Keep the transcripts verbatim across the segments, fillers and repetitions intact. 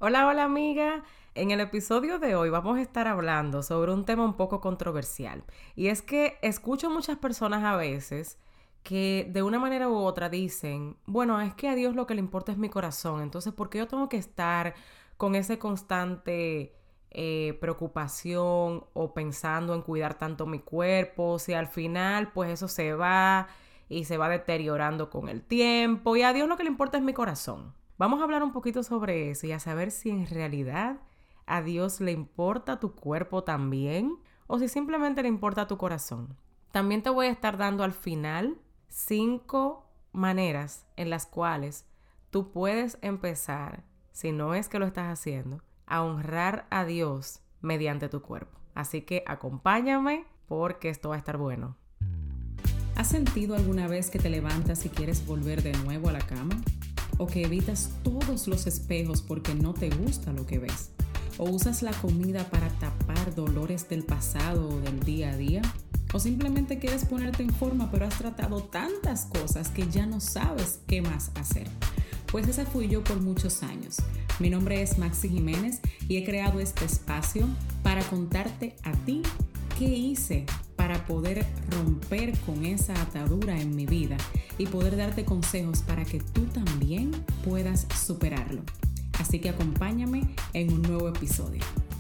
Hola, hola amiga. En el episodio de hoy vamos a estar hablando sobre un tema un poco controversial. Y es que escucho muchas personas a veces que de una manera u otra dicen, bueno, es que a Dios lo que le importa es mi corazón. Entonces, ¿por qué yo tengo que estar con ese constante eh, preocupación o pensando en cuidar tanto mi cuerpo? Si al final, pues eso se va y se va deteriorando con el tiempo. Y a Dios lo que le importa es mi corazón. Vamos a hablar un poquito sobre eso y a saber si en realidad a Dios le importa tu cuerpo también o si simplemente le importa tu corazón. También te voy a estar dando al final cinco maneras en las cuales tú puedes empezar, si no es que lo estás haciendo, a honrar a Dios mediante tu cuerpo. Así que acompáñame porque esto va a estar bueno. ¿Has sentido alguna vez que te levantas y quieres volver de nuevo a la cama? ¿O que evitas todos los espejos porque no te gusta lo que ves? ¿O usas la comida para tapar dolores del pasado o del día a día? ¿O simplemente quieres ponerte en forma pero has tratado tantas cosas que ya no sabes qué más hacer? Pues esa fui yo por muchos años. Mi nombre es Maxi Jiménez y he creado este espacio para contarte a ti qué hice para poder romper con esa atadura en mi vida y poder darte consejos para que tú también puedas superarlo. Así que acompáñame en un nuevo episodio.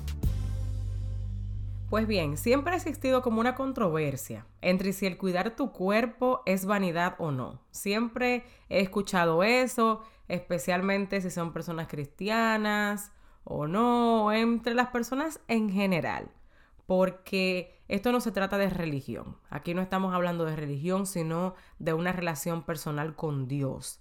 Pues bien, siempre ha existido como una controversia entre si el cuidar tu cuerpo es vanidad o no. Siempre he escuchado eso, especialmente si son personas cristianas o no, entre las personas en general. Porque esto no se trata de religión. Aquí no estamos hablando de religión, sino de una relación personal con Dios,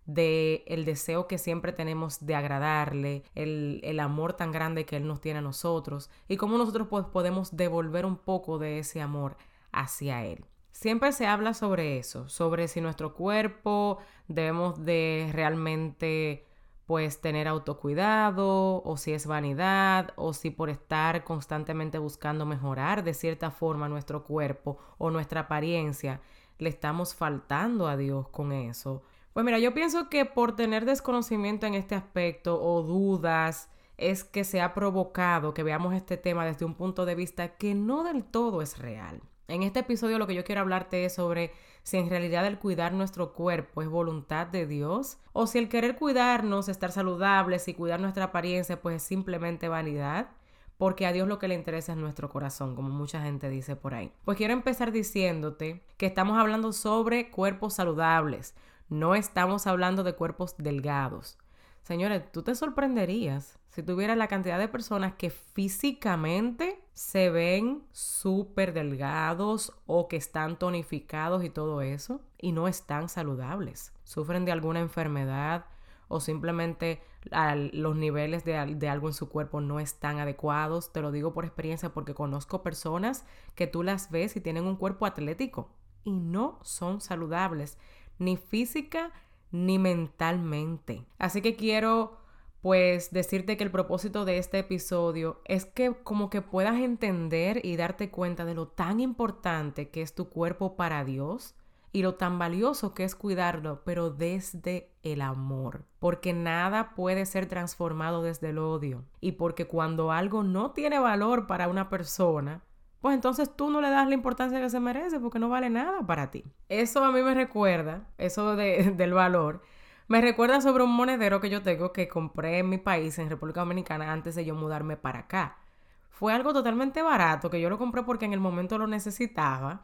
de el deseo que siempre tenemos de agradarle, el, el amor tan grande que Él nos tiene a nosotros y cómo nosotros pues, podemos devolver un poco de ese amor hacia Él. Siempre se habla sobre eso, sobre si nuestro cuerpo debemos de realmente pues tener autocuidado o si es vanidad o si por estar constantemente buscando mejorar de cierta forma nuestro cuerpo o nuestra apariencia le estamos faltando a Dios con eso. Pues mira, yo pienso que por tener desconocimiento en este aspecto o dudas es que se ha provocado que veamos este tema desde un punto de vista que no del todo es real. En este episodio lo que yo quiero hablarte es sobre si en realidad el cuidar nuestro cuerpo es voluntad de Dios o si el querer cuidarnos, estar saludables y cuidar nuestra apariencia pues es simplemente vanidad, porque a Dios lo que le interesa es nuestro corazón, como mucha gente dice por ahí. Pues quiero empezar diciéndote que estamos hablando sobre cuerpos saludables, no estamos hablando de cuerpos delgados. Señores, tú te sorprenderías si tuvieras la cantidad de personas que físicamente se ven súper delgados o que están tonificados y todo eso y no están saludables. Sufren de alguna enfermedad o simplemente al, los niveles de, de algo en su cuerpo no están adecuados. Te lo digo por experiencia porque conozco personas que tú las ves y tienen un cuerpo atlético y no son saludables, ni física ni mentalmente. Así que quiero pues decirte que el propósito de este episodio es que como que puedas entender y darte cuenta de lo tan importante que es tu cuerpo para Dios y lo tan valioso que es cuidarlo, pero desde el amor. Porque nada puede ser transformado desde el odio. Y porque cuando algo no tiene valor para una persona, pues entonces tú no le das la importancia que se merece porque no vale nada para ti. Eso a mí me recuerda, eso de, del valor, me recuerda sobre un monedero que yo tengo que compré en mi país, en República Dominicana, antes de yo mudarme para acá. Fue algo totalmente barato, que yo lo compré porque en el momento lo necesitaba.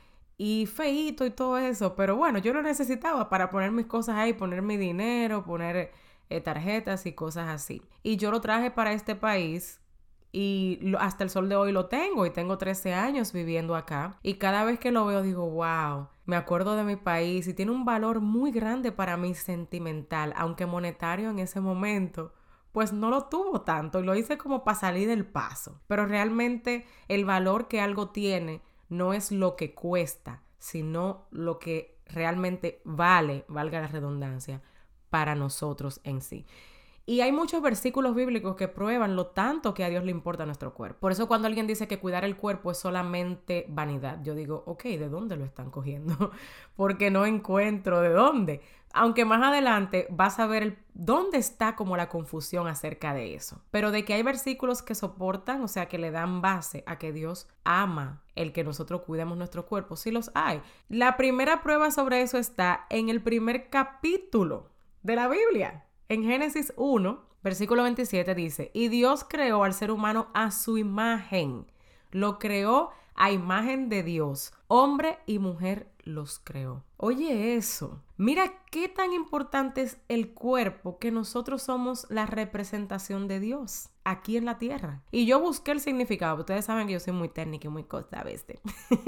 Y feíto y todo eso, pero bueno, yo lo necesitaba para poner mis cosas ahí, poner mi dinero, poner eh, tarjetas y cosas así. Y yo lo traje para este país y lo, hasta el sol de hoy lo tengo y tengo trece años viviendo acá. Y cada vez que lo veo digo, wow, me acuerdo de mi país y tiene un valor muy grande para mí sentimental, aunque monetario en ese momento pues no lo tuvo tanto y lo hice como para salir del paso. Pero realmente el valor que algo tiene no es lo que cuesta, sino lo que realmente vale, valga la redundancia, para nosotros en sí. Y hay muchos versículos bíblicos que prueban lo tanto que a Dios le importa nuestro cuerpo. Por eso cuando alguien dice que cuidar el cuerpo es solamente vanidad, yo digo, ok, ¿de dónde lo están cogiendo? Porque no encuentro de dónde. Aunque más adelante vas a ver el, dónde está como la confusión acerca de eso. Pero de que hay versículos que soportan, o sea, que le dan base a que Dios ama el que nosotros cuidemos nuestro cuerpo, sí los hay. La primera prueba sobre eso está en el primer capítulo de la Biblia. En Génesis uno, versículo veintisiete dice, y Dios creó al ser humano a su imagen. Lo creó a imagen de Dios. Hombre y mujer los creó. Oye eso. Mira qué tan importante es el cuerpo, que nosotros somos la representación de Dios aquí en la tierra. Y yo busqué el significado. Ustedes saben que yo soy muy técnica y muy cosa a veces.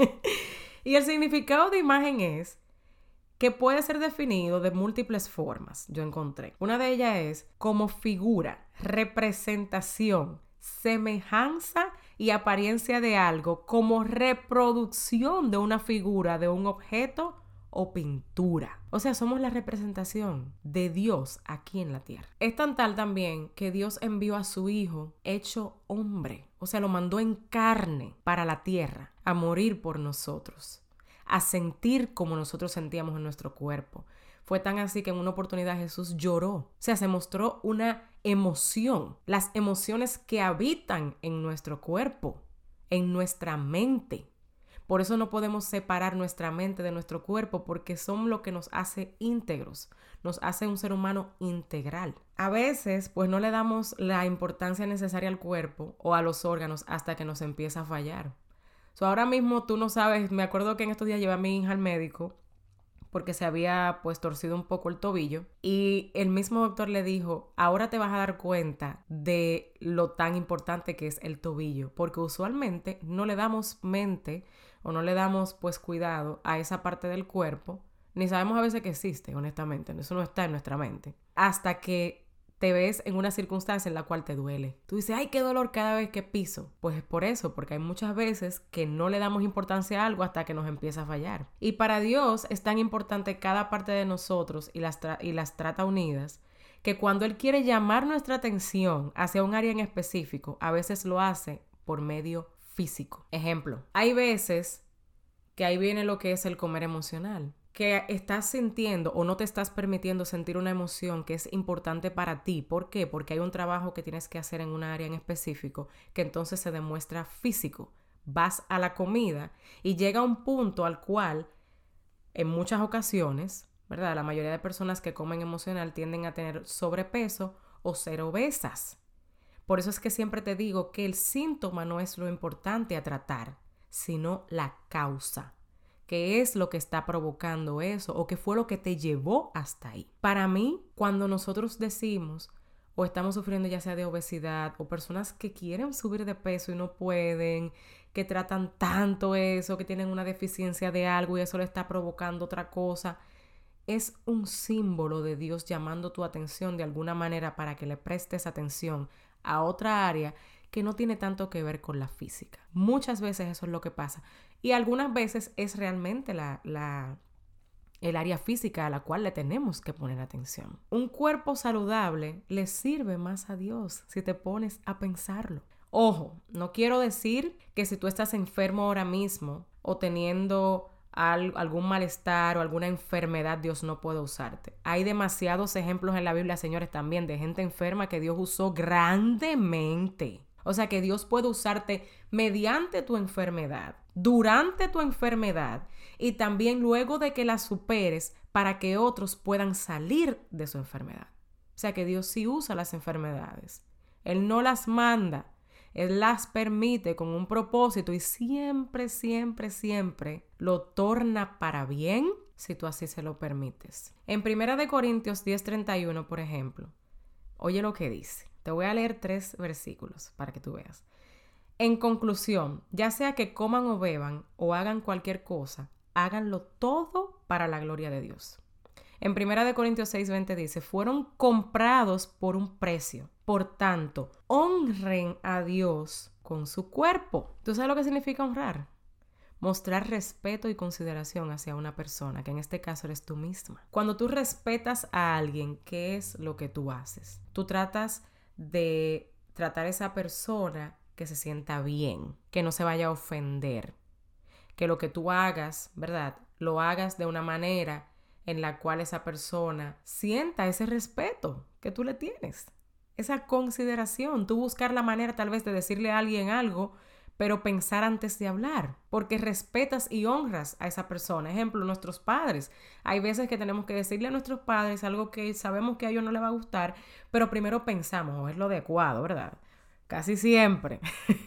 Y el significado de imagen es que puede ser definido de múltiples formas, yo encontré. Una de ellas es como figura, representación, semejanza y apariencia de algo, como reproducción de una figura, de un objeto o pintura. O sea, somos la representación de Dios aquí en la tierra. Es tan tal también que Dios envió a su Hijo hecho hombre, o sea, lo mandó en carne para la tierra, a morir por nosotros, a sentir como nosotros sentíamos en nuestro cuerpo. Fue tan así que en una oportunidad Jesús lloró. O sea, se mostró una emoción. Las emociones que habitan en nuestro cuerpo, en nuestra mente. Por eso no podemos separar nuestra mente de nuestro cuerpo, porque son lo que nos hace íntegros. Nos hace un ser humano integral. A veces, pues no le damos la importancia necesaria al cuerpo o a los órganos hasta que nos empieza a fallar. So, ahora mismo tú no sabes, me acuerdo que en estos días llevé a mi hija al médico porque se había pues torcido un poco el tobillo y el mismo doctor le dijo, ahora te vas a dar cuenta de lo tan importante que es el tobillo, porque usualmente no le damos mente o no le damos pues cuidado a esa parte del cuerpo, ni sabemos a veces que existe, honestamente, eso no está en nuestra mente, hasta que te ves en una circunstancia en la cual te duele. Tú dices, ay, qué dolor cada vez que piso. Pues es por eso, porque hay muchas veces que no le damos importancia a algo hasta que nos empieza a fallar. Y para Dios es tan importante cada parte de nosotros y las, tra- y las trata unidas, que cuando Él quiere llamar nuestra atención hacia un área en específico, a veces lo hace por medio físico. Ejemplo, hay veces que ahí viene lo que es el comer emocional, que estás sintiendo o no te estás permitiendo sentir una emoción que es importante para ti. ¿Por qué? Porque hay un trabajo que tienes que hacer en un área en específico que entonces se demuestra físico. Vas a la comida y llega un punto al cual en muchas ocasiones, ¿verdad? La mayoría de personas que comen emocional tienden a tener sobrepeso o ser obesas. Por eso es que siempre te digo que el síntoma no es lo importante a tratar, sino la causa. ¿Qué es lo que está provocando eso? ¿O qué fue lo que te llevó hasta ahí? Para mí, cuando nosotros decimos o estamos sufriendo ya sea de obesidad o personas que quieren subir de peso y no pueden, que tratan tanto eso, que tienen una deficiencia de algo y eso le está provocando otra cosa, es un símbolo de Dios llamando tu atención de alguna manera para que le prestes atención a otra área que no tiene tanto que ver con la física. Muchas veces eso es lo que pasa. Y algunas veces es realmente la, la, el área física a la cual le tenemos que poner atención. Un cuerpo saludable le sirve más a Dios si te pones a pensarlo. Ojo, no quiero decir que si tú estás enfermo ahora mismo o teniendo al, algún malestar o alguna enfermedad, Dios no puede usarte. Hay demasiados ejemplos en la Biblia, señores, también de gente enferma que Dios usó grandemente. O sea que Dios puede usarte mediante tu enfermedad, durante tu enfermedad y también luego de que la superes para que otros puedan salir de su enfermedad. O sea que Dios sí usa las enfermedades. Él no las manda, Él las permite con un propósito y siempre, siempre, siempre lo torna para bien si tú así se lo permites. En Primera de Corintios diez treinta y uno, por ejemplo, oye lo que dice. Te voy a leer tres versículos para que tú veas. En conclusión, ya sea que coman o beban o hagan cualquier cosa, háganlo todo para la gloria de Dios. En Primera de Corintios seis veinte dice, fueron comprados por un precio. Por tanto, honren a Dios con su cuerpo. ¿Tú sabes lo que significa honrar? mostrar respeto y consideración hacia una persona, que en este caso eres tú misma. Cuando tú respetas a alguien, ¿qué es lo que tú haces? Tú tratas de tratar a esa persona que se sienta bien, que no se vaya a ofender, que lo que tú hagas, ¿verdad?, lo hagas de una manera en la cual esa persona sienta ese respeto que tú le tienes, esa consideración, tú buscar la manera tal vez de decirle a alguien algo, pero pensar antes de hablar, porque respetas y honras a esa persona. Ejemplo, nuestros padres. Hay veces que tenemos que decirle a nuestros padres algo que sabemos que a ellos no les va a gustar, pero primero pensamos, o es lo adecuado, ¿verdad? Casi siempre.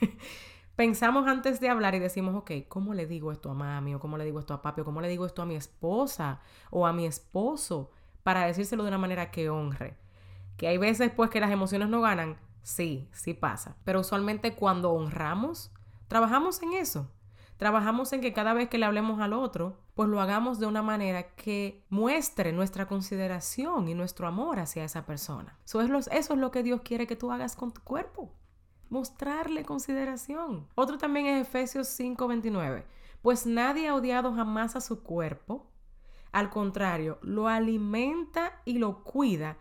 Pensamos antes de hablar y decimos, ok, ¿cómo le digo esto a mami? ¿O cómo le digo esto a papi? ¿O cómo le digo esto a mi esposa? ¿O a mi esposo? Para decírselo de una manera que honre. Que hay veces, pues, que las emociones no ganan. Sí, sí pasa. Pero usualmente cuando honramos, trabajamos en eso. Trabajamos en que cada vez que le hablemos al otro, pues lo hagamos de una manera que muestre nuestra consideración y nuestro amor hacia esa persona. Eso es lo, eso es lo que Dios quiere que tú hagas con tu cuerpo. Mostrarle consideración. Otro también es Efesios cinco veintinueve. Pues nadie ha odiado jamás a su cuerpo. Al contrario, lo alimenta y lo cuida,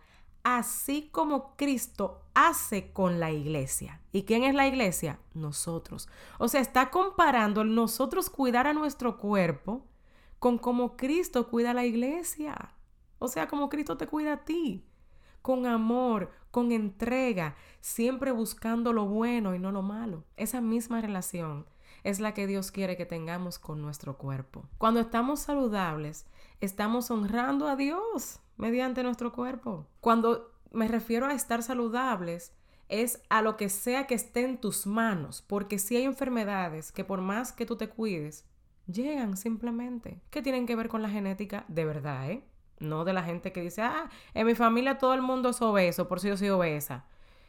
así como Cristo hace con la iglesia. ¿Y quién es la iglesia? Nosotros. O sea, está comparando el nosotros cuidar a nuestro cuerpo con cómo Cristo cuida a la iglesia. O sea, como Cristo te cuida a ti. Con amor, con entrega, siempre buscando lo bueno y no lo malo. Esa misma relación es la que Dios quiere que tengamos con nuestro cuerpo. Cuando estamos saludables, estamos honrando a Dios mediante nuestro cuerpo. Cuando me refiero a estar saludables, es a lo que sea que esté en tus manos, porque si hay enfermedades que por más que tú te cuides, llegan simplemente. ¿Qué tienen que ver con la genética? De verdad, ¿eh? No de la gente que dice, ah, en mi familia todo el mundo es obeso, por si yo soy obesa.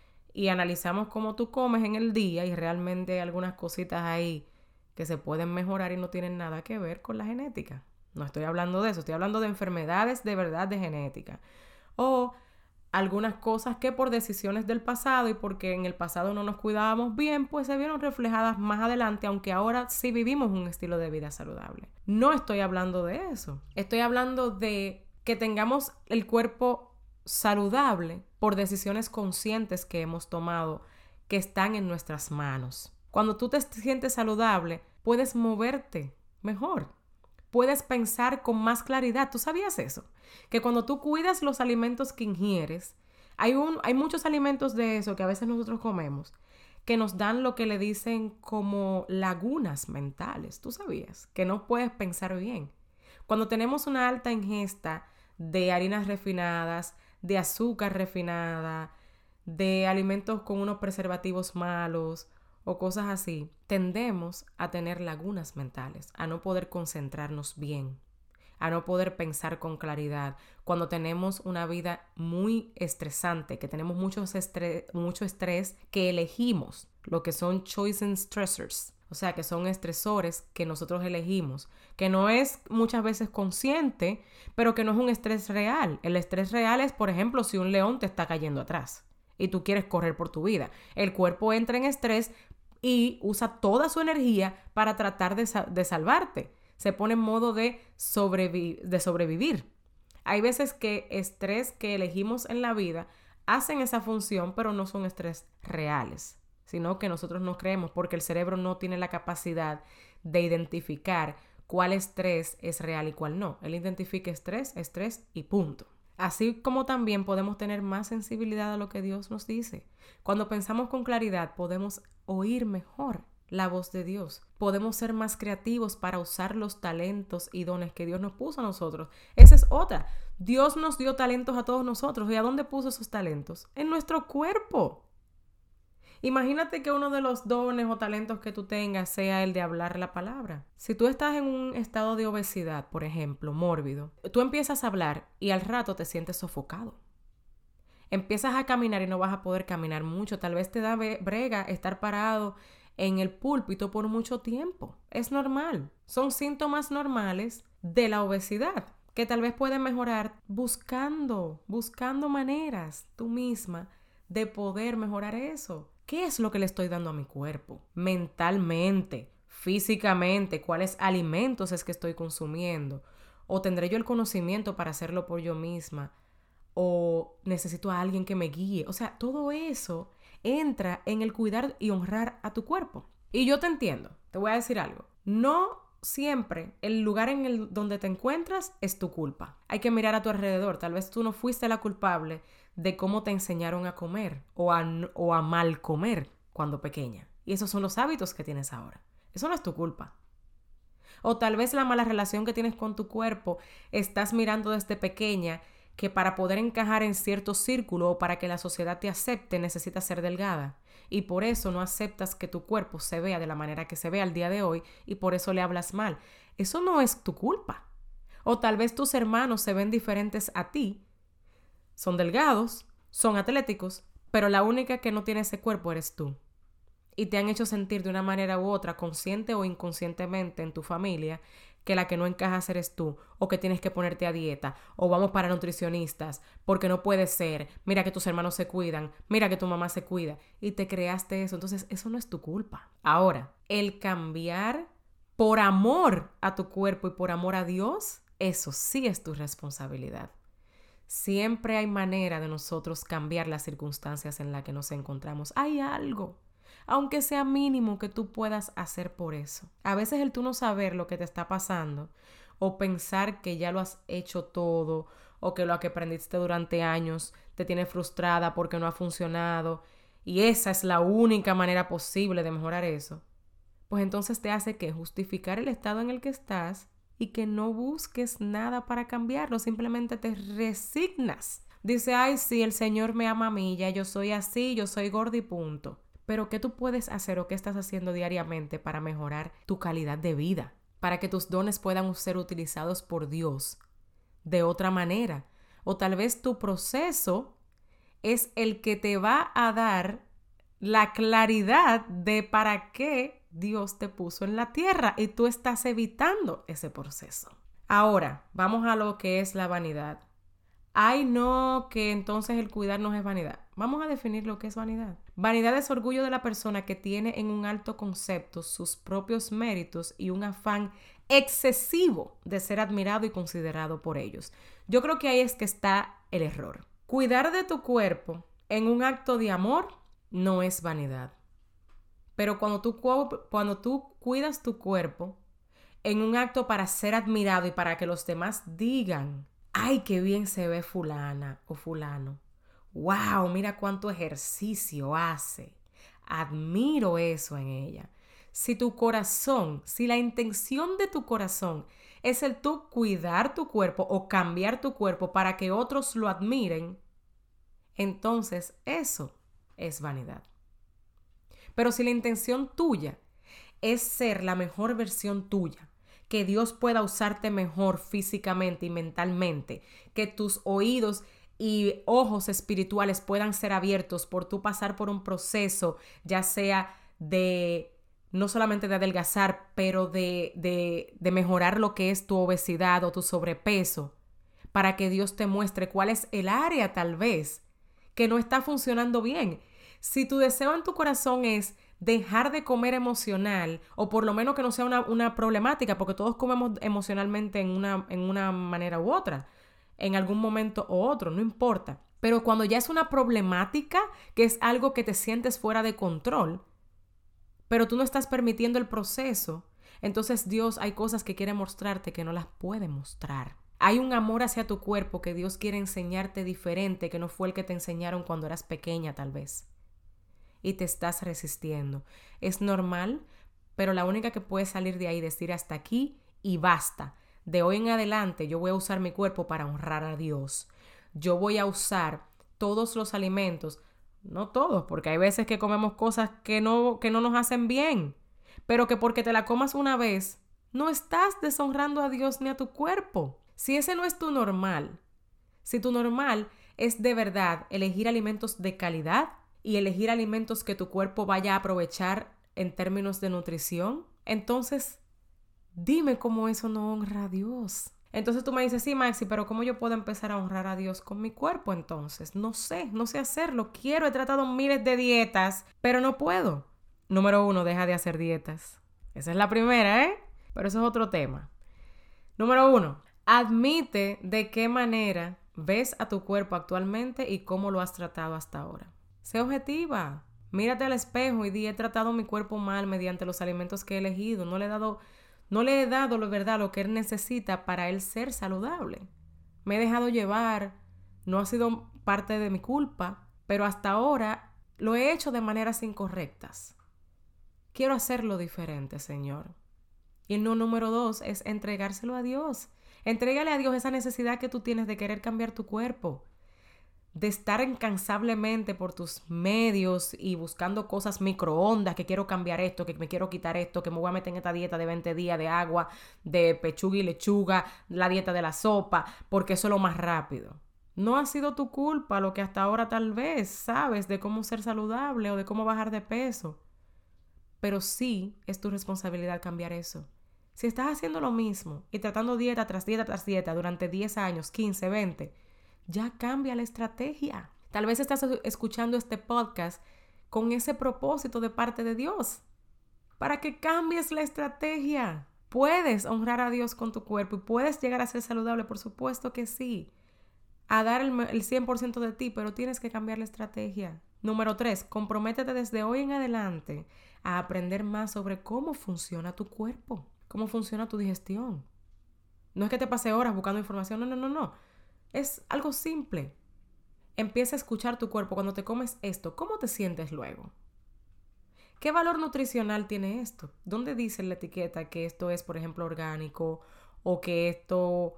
Y analizamos cómo tú comes en el día y realmente hay algunas cositas ahí que se pueden mejorar y no tienen nada que ver con la genética. No estoy hablando de eso, estoy hablando de enfermedades de verdad de genética. O algunas cosas que por decisiones del pasado y porque en el pasado no nos cuidábamos bien, pues se vieron reflejadas más adelante, aunque ahora sí vivimos un estilo de vida saludable. No estoy hablando de eso. Estoy hablando de que tengamos el cuerpo saludable por decisiones conscientes que hemos tomado que están en nuestras manos. Cuando tú te sientes saludable, puedes moverte mejor. Puedes pensar con más claridad. ¿Tú sabías eso? Que cuando tú cuidas los alimentos que ingieres, hay, un, hay muchos alimentos de eso que a veces nosotros comemos que nos dan lo que le dicen como lagunas mentales. ¿Tú sabías? Que no puedes pensar bien. Cuando tenemos una alta ingesta de harinas refinadas, de azúcar refinada, de alimentos con unos preservativos malos o cosas así, tendemos a tener lagunas mentales, a no poder concentrarnos bien, a no poder pensar con claridad. Cuando tenemos una vida muy estresante, que tenemos mucho estrés, mucho estrés que elegimos, lo que son chosen stressors, o sea, que son estresores que nosotros elegimos, que no es muchas veces consciente, pero que no es un estrés real. El estrés real es, por ejemplo, si un león te está cayendo atrás y tú quieres correr por tu vida. El cuerpo entra en estrés y usa toda su energía para tratar de, sa- de salvarte. Se pone en modo de, sobrevi- de sobrevivir. Hay veces que estrés que elegimos en la vida hacen esa función, pero no son estrés reales, sino que nosotros no creemos porque el cerebro no tiene la capacidad de identificar cuál estrés es real y cuál no. Él identifica estrés, estrés y punto. Así como también podemos tener más sensibilidad a lo que Dios nos dice. Cuando pensamos con claridad, podemos oír mejor la voz de Dios. Podemos ser más creativos para usar los talentos y dones que Dios nos puso a nosotros. Esa es otra. Dios nos dio talentos a todos nosotros. ¿Y a dónde puso esos talentos? En nuestro cuerpo. Imagínate que uno de los dones o talentos que tú tengas sea el de hablar la palabra. Si tú estás en un estado de obesidad, por ejemplo, mórbido, tú empiezas a hablar y al rato te sientes sofocado. Empiezas a caminar y no vas a poder caminar mucho. Tal vez te da brega estar parado en el púlpito por mucho tiempo. Es normal. Son síntomas normales de la obesidad que tal vez pueden mejorar buscando, buscando maneras tú misma de poder mejorar eso. ¿Qué es lo que le estoy dando a mi cuerpo? Mentalmente, físicamente, cuáles alimentos es que estoy consumiendo, o tendré yo el conocimiento para hacerlo por yo misma, o necesito a alguien que me guíe. O sea, todo eso entra en el cuidar y honrar a tu cuerpo. Y yo te entiendo, te voy a decir algo. No siempre el lugar en el donde te encuentras es tu culpa. Hay que mirar a tu alrededor. Tal vez tú no fuiste la culpable de cómo te enseñaron a comer o a, o a mal comer cuando pequeña. Y esos son los hábitos que tienes ahora. Eso no es tu culpa. O tal vez la mala relación que tienes con tu cuerpo estás mirando desde pequeña que para poder encajar en cierto círculo o para que la sociedad te acepte necesitas ser delgada. Y por eso no aceptas que tu cuerpo se vea de la manera que se ve al día de hoy y por eso le hablas mal. Eso no es tu culpa. O tal vez tus hermanos se ven diferentes a ti. Son delgados, son atléticos, pero la única que no tiene ese cuerpo eres tú. Y te han hecho sentir de una manera u otra, consciente o inconscientemente en tu familia, que la que no encajas eres tú, o que tienes que ponerte a dieta, o vamos para nutricionistas, porque no puede ser, mira que tus hermanos se cuidan, mira que tu mamá se cuida, y te creaste eso. Entonces eso no es tu culpa. Ahora, el cambiar por amor a tu cuerpo y por amor a Dios, eso sí es tu responsabilidad. Siempre hay manera de nosotros cambiar las circunstancias en las que nos encontramos. Hay algo, aunque sea mínimo, que tú puedas hacer por eso. A veces el tú no saber lo que te está pasando o pensar que ya lo has hecho todo o que lo que aprendiste durante años te tiene frustrada porque no ha funcionado y esa es la única manera posible de mejorar eso, pues entonces te hace que justificar el estado en el que estás y que no busques nada para cambiarlo, simplemente te resignas. Dice, ay, sí, el Señor me ama a mí, ya yo soy así, yo soy gordo y punto. Pero ¿qué tú puedes hacer o qué estás haciendo diariamente para mejorar tu calidad de vida? Para que tus dones puedan ser utilizados por Dios de otra manera. O tal vez tu proceso es el que te va a dar la claridad de para qué Dios te puso en la tierra y tú estás evitando ese proceso. Ahora, vamos a lo que es la vanidad. Ay, no, que entonces el cuidarnos es vanidad. Vamos a definir lo que es vanidad. Vanidad es orgullo de la persona que tiene en un alto concepto sus propios méritos y un afán excesivo de ser admirado y considerado por ellos. Yo creo que ahí es que está el error. Cuidar de tu cuerpo en un acto de amor no es vanidad. Pero cuando tú, cuando tú cuidas tu cuerpo en un acto para ser admirado y para que los demás digan, ay, qué bien se ve fulana o fulano. Wow, mira cuánto ejercicio hace. Admiro eso en ella. Si tu corazón, si la intención de tu corazón es el tú cuidar tu cuerpo o cambiar tu cuerpo para que otros lo admiren, entonces eso es vanidad. Pero si la intención tuya es ser la mejor versión tuya, que Dios pueda usarte mejor físicamente y mentalmente, que tus oídos y ojos espirituales puedan ser abiertos por tú pasar por un proceso, ya sea de, no solamente de adelgazar, pero de, de, de mejorar lo que es tu obesidad o tu sobrepeso, para que Dios te muestre cuál es el área tal vez que no está funcionando bien. Si tu deseo en tu corazón es dejar de comer emocional, o por lo menos que no sea una, una problemática, porque todos comemos emocionalmente en una, en una manera u otra, en algún momento u otro, no importa. Pero cuando ya es una problemática, que es algo que te sientes fuera de control, pero tú no estás permitiendo el proceso, entonces Dios hay cosas que quiere mostrarte que no las puede mostrar. Hay un amor hacia tu cuerpo que Dios quiere enseñarte diferente, que no fue el que te enseñaron cuando eras pequeña tal vez. Y te estás resistiendo. Es normal, pero la única que puede salir de ahí es decir hasta aquí y basta. De hoy en adelante yo voy a usar mi cuerpo para honrar a Dios. Yo voy a usar todos los alimentos, no todos, porque hay veces que comemos cosas que no, que no nos hacen bien, pero que porque te la comas una vez, no estás deshonrando a Dios ni a tu cuerpo. Si ese no es tu normal, si tu normal es de verdad elegir alimentos de calidad, y elegir alimentos que tu cuerpo vaya a aprovechar en términos de nutrición, entonces dime cómo eso no honra a Dios. Entonces tú me dices, sí, Maxi, pero ¿cómo yo puedo empezar a honrar a Dios con mi cuerpo entonces? No sé, no sé hacerlo. Quiero, he tratado miles de dietas, pero no puedo. Número uno, deja de hacer dietas. Esa es la primera, ¿eh? Pero eso es otro tema. Número uno, admite de qué manera ves a tu cuerpo actualmente y cómo lo has tratado hasta ahora. Sé objetiva. Mírate al espejo y di, he tratado mi cuerpo mal mediante los alimentos que he elegido. No le he dado, no le he dado, la verdad, lo que él necesita para él ser saludable. Me he dejado llevar. No ha sido parte de mi culpa, pero hasta ahora lo he hecho de maneras incorrectas. Quiero hacerlo diferente, Señor. Y el no, número dos es entregárselo a Dios. Entrégale a Dios esa necesidad que tú tienes de querer cambiar tu cuerpo, de estar incansablemente por tus medios y buscando cosas microondas, que quiero cambiar esto, que me quiero quitar esto, que me voy a meter en esta dieta de veinte días de agua, de pechuga y lechuga, la dieta de la sopa, porque eso es lo más rápido. No ha sido tu culpa lo que hasta ahora tal vez sabes de cómo ser saludable o de cómo bajar de peso. Pero sí es tu responsabilidad cambiar eso. Si estás haciendo lo mismo y tratando dieta tras dieta tras dieta durante diez años, quince, veinte, ya cambia la estrategia. Tal vez estás escuchando este podcast con ese propósito de parte de Dios, para que cambies la estrategia. Puedes honrar a Dios con tu cuerpo y puedes llegar a ser saludable, por supuesto que sí. A dar el, el cien por ciento de ti, pero tienes que cambiar la estrategia. Número tres, comprométete desde hoy en adelante a aprender más sobre cómo funciona tu cuerpo, cómo funciona tu digestión. No es que te pase horas buscando información, no, no, no, no. Es algo simple. Empieza a escuchar tu cuerpo. Cuando te comes esto, ¿cómo te sientes luego? ¿Qué valor nutricional tiene esto? ¿Dónde dice en la etiqueta que esto es, por ejemplo, orgánico o que esto,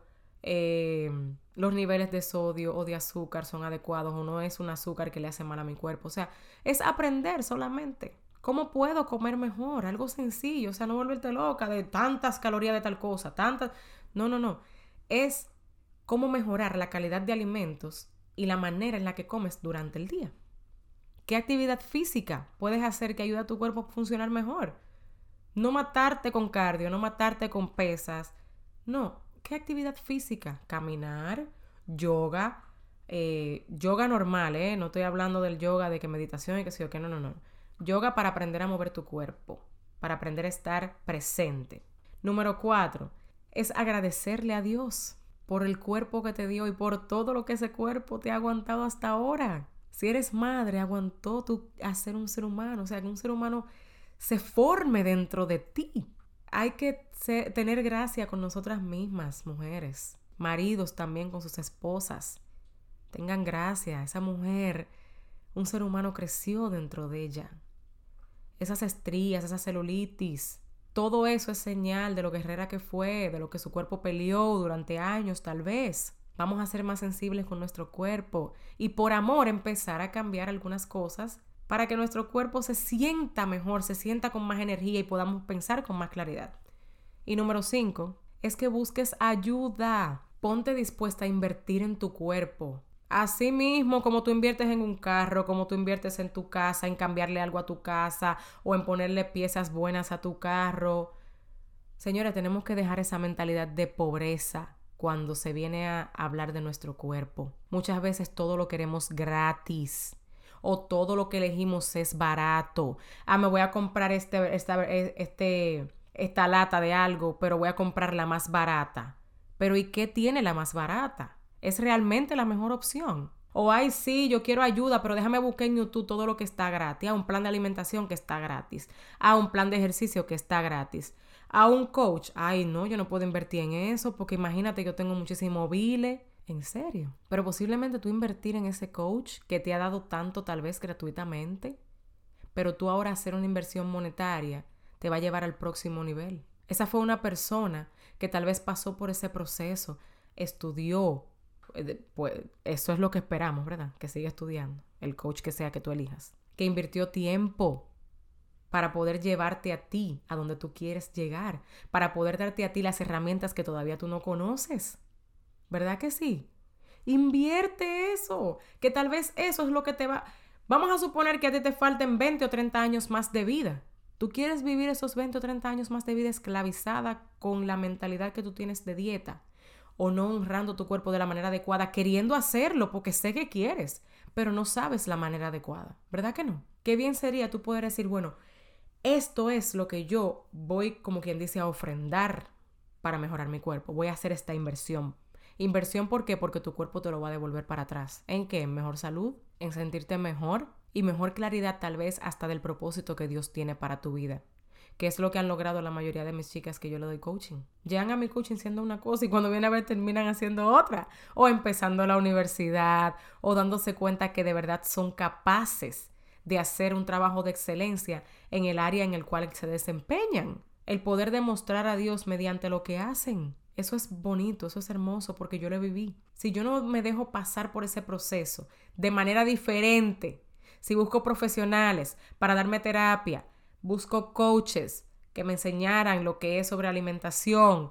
eh, los niveles de sodio o de azúcar son adecuados o no es un azúcar que le hace mal a mi cuerpo? O sea, es aprender solamente. ¿Cómo puedo comer mejor? Algo sencillo. O sea, no volverte loca de tantas calorías de tal cosa, tantas... No, no, no. Es cómo mejorar la calidad de alimentos y la manera en la que comes durante el día. ¿Qué actividad física puedes hacer que ayude a tu cuerpo a funcionar mejor? No matarte con cardio, no matarte con pesas. No, ¿qué actividad física? Caminar, yoga, eh, yoga normal, ¿eh? No estoy hablando del yoga de que meditación y que sí o que no, no, no. Yoga para aprender a mover tu cuerpo, para aprender a estar presente. Número cuatro, es agradecerle a Dios por el cuerpo que te dio y por todo lo que ese cuerpo te ha aguantado hasta ahora. Si eres madre, aguantó tú a ser un ser humano, o sea, que un ser humano se forme dentro de ti. Hay que ser, tener gracia con nosotras mismas, mujeres. Maridos también con sus esposas. Tengan gracia. Esa mujer, un ser humano creció dentro de ella. Esas estrías, esa celulitis, todo eso es señal de lo guerrera que fue, de lo que su cuerpo peleó durante años tal vez. Vamos a ser más sensibles con nuestro cuerpo y por amor empezar a cambiar algunas cosas para que nuestro cuerpo se sienta mejor, se sienta con más energía y podamos pensar con más claridad. Y número cinco, es que busques ayuda. Ponte dispuesta a invertir en tu cuerpo. Así mismo como tú inviertes en un carro, como tú inviertes en tu casa, en cambiarle algo a tu casa o en ponerle piezas buenas a tu carro. Señora, tenemos que dejar esa mentalidad de pobreza cuando se viene a hablar de nuestro cuerpo. Muchas veces todo lo queremos gratis o todo lo que elegimos es barato. Ah, me voy a comprar este, esta, este, esta lata de algo, pero voy a comprar la más barata. Pero ¿y qué tiene la más barata? ¿Es realmente la mejor opción? O, ay, sí, yo quiero ayuda, pero déjame buscar en YouTube todo lo que está gratis. A un plan de alimentación que está gratis. A un plan de ejercicio que está gratis. A un coach. Ay, no, yo no puedo invertir en eso porque imagínate, yo tengo muchísimo bile. ¿En serio? Pero posiblemente tú invertir en ese coach que te ha dado tanto tal vez gratuitamente, pero tú ahora hacer una inversión monetaria te va a llevar al próximo nivel. Esa fue una persona que tal vez pasó por ese proceso, estudió. Pues eso es lo que esperamos, ¿verdad? Que siga estudiando, el coach que sea que tú elijas, que invirtió tiempo para poder llevarte a ti a donde tú quieres llegar, para poder darte a ti las herramientas que todavía tú no conoces, ¿verdad que sí? Invierte eso, que tal vez eso es lo que te va... Vamos a suponer que a ti te falten veinte o treinta años más de vida. ¿Tú quieres vivir esos veinte o treinta años más de vida esclavizada con la mentalidad que tú tienes de dieta? O no honrando tu cuerpo de la manera adecuada, queriendo hacerlo porque sé que quieres, pero no sabes la manera adecuada, ¿verdad que no? Qué bien sería tú poder decir, bueno, esto es lo que yo voy, como quien dice, a ofrendar para mejorar mi cuerpo. Voy a hacer esta inversión. ¿Inversión por qué? Porque tu cuerpo te lo va a devolver para atrás. ¿En qué? En mejor salud, en sentirte mejor y mejor claridad tal vez hasta del propósito que Dios tiene para tu vida. Que es lo que han logrado la mayoría de mis chicas que yo le doy coaching. Llegan a mi coaching siendo una cosa y cuando vienen a ver terminan haciendo otra. O empezando la universidad o dándose cuenta que de verdad son capaces de hacer un trabajo de excelencia en el área en el cual se desempeñan. El poder demostrar a Dios mediante lo que hacen. Eso es bonito, eso es hermoso porque yo lo viví. Si yo no me dejo pasar por ese proceso de manera diferente, si busco profesionales para darme terapia, busco coaches que me enseñaran lo que es sobre alimentación,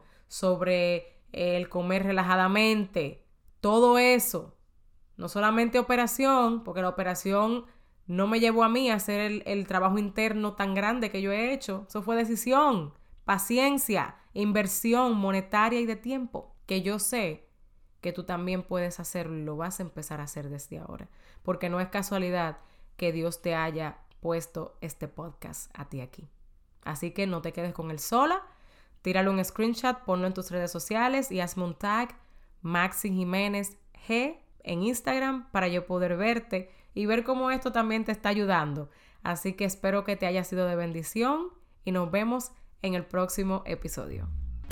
sobre el comer relajadamente, todo eso. No solamente operación, porque la operación no me llevó a mí a hacer el, el trabajo interno tan grande que yo he hecho. Eso fue decisión, paciencia, inversión monetaria y de tiempo, que yo sé que tú también puedes hacerlo y lo vas a empezar a hacer desde ahora. Porque no es casualidad que Dios te haya puesto este podcast a ti aquí. Así que no te quedes con él sola. Tírale un screenshot, ponlo en tus redes sociales y hazme un tag Maxi Jiménez G en Instagram para yo poder verte y ver cómo esto también te está ayudando. Así que espero que te haya sido de bendición y nos vemos en el próximo episodio.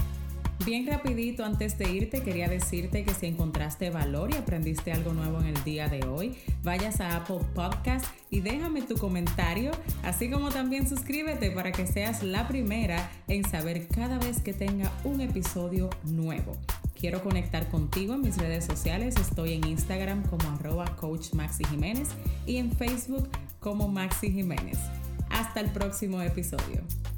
Bien rapidito, antes de irte, quería decirte que si encontraste valor y aprendiste algo nuevo en el día de hoy, vayas a Apple Podcast y déjame tu comentario, así como también suscríbete para que seas la primera en saber cada vez que tenga un episodio nuevo. Quiero conectar contigo en mis redes sociales. Estoy en Instagram como arroba coach Maxi Jiménez y en Facebook como Maxi Jiménez. Hasta el próximo episodio.